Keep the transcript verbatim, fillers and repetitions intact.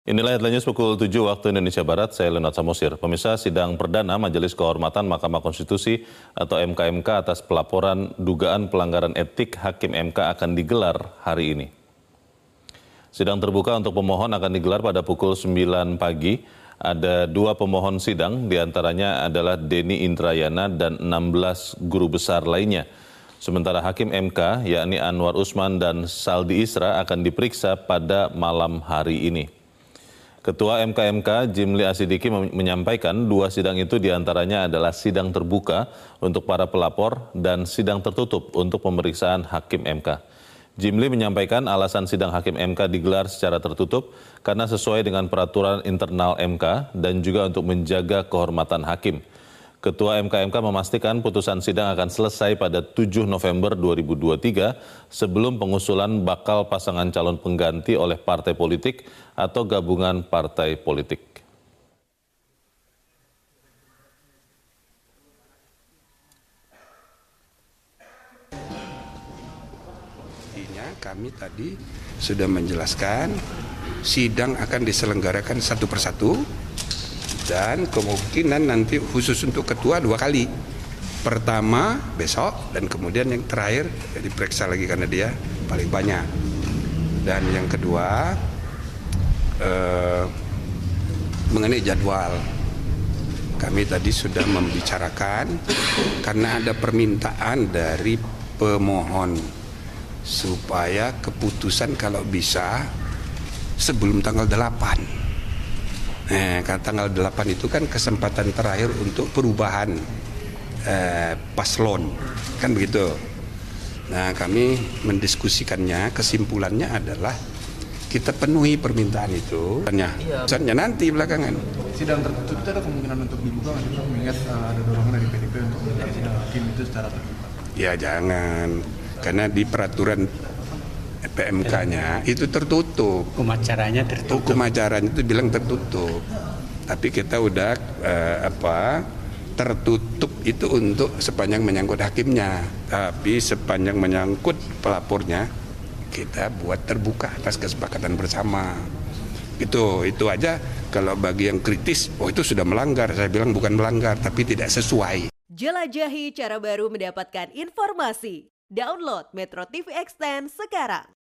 Inilah headline news pukul tujuh waktu Indonesia Barat, saya Leonard Samosir. Pemirsa, sidang perdana Majelis Kehormatan Mahkamah Konstitusi atau M K M K atas pelaporan dugaan pelanggaran etik Hakim M K akan digelar hari ini. Sidang terbuka untuk pemohon akan digelar pada pukul sembilan pagi. Ada dua pemohon sidang, diantaranya adalah Denny Indrayana dan enam belas guru besar lainnya. Sementara Hakim M K, yakni Anwar Usman dan Saldi Isra akan diperiksa pada malam hari ini. Ketua M K M K, Jimli Asidiki menyampaikan dua sidang itu diantaranya adalah sidang terbuka untuk para pelapor dan sidang tertutup untuk pemeriksaan Hakim M K. Jimli menyampaikan alasan sidang Hakim M K digelar secara tertutup karena sesuai dengan peraturan internal M K dan juga untuk menjaga kehormatan hakim. Ketua M K M K memastikan putusan sidang akan selesai pada tujuh November dua ribu dua puluh tiga sebelum pengusulan bakal pasangan calon pengganti oleh partai politik atau gabungan partai politik. Kami tadi sudah menjelaskan sidang akan diselenggarakan satu persatu. Dan kemungkinan nanti khusus untuk ketua dua kali. Pertama besok dan kemudian yang terakhir diperiksa lagi karena dia paling banyak. Dan yang kedua eh, mengenai jadwal. Kami tadi sudah membicarakan karena ada permintaan dari pemohon supaya keputusan kalau bisa sebelum tanggal delapan. Eh, tanggal delapan itu kan kesempatan terakhir untuk perubahan eh, paslon, kan begitu. Nah, kami mendiskusikannya, kesimpulannya adalah kita penuhi permintaan itu. Iya. Pesannya nanti belakangan. Sidang tertutup itu ada kemungkinan untuk dibuka, mengingat uh, ada dorongan dari P D I P untuk menjadi sidang hakim itu secara terbuka. Ya jangan, karena di peraturan P M K-nya itu tertutup. Hukum acaranya tertutup. Hukum acaranya itu bilang tertutup. Tapi kita udah eh, apa tertutup itu untuk sepanjang menyangkut hakimnya. Tapi sepanjang menyangkut pelapornya kita buat terbuka atas kesepakatan bersama. Itu itu aja. Kalau bagi yang kritis, oh itu sudah melanggar. Saya bilang bukan melanggar, tapi tidak sesuai. Jelajahi cara baru mendapatkan informasi. Download Metro T V Extend sekarang.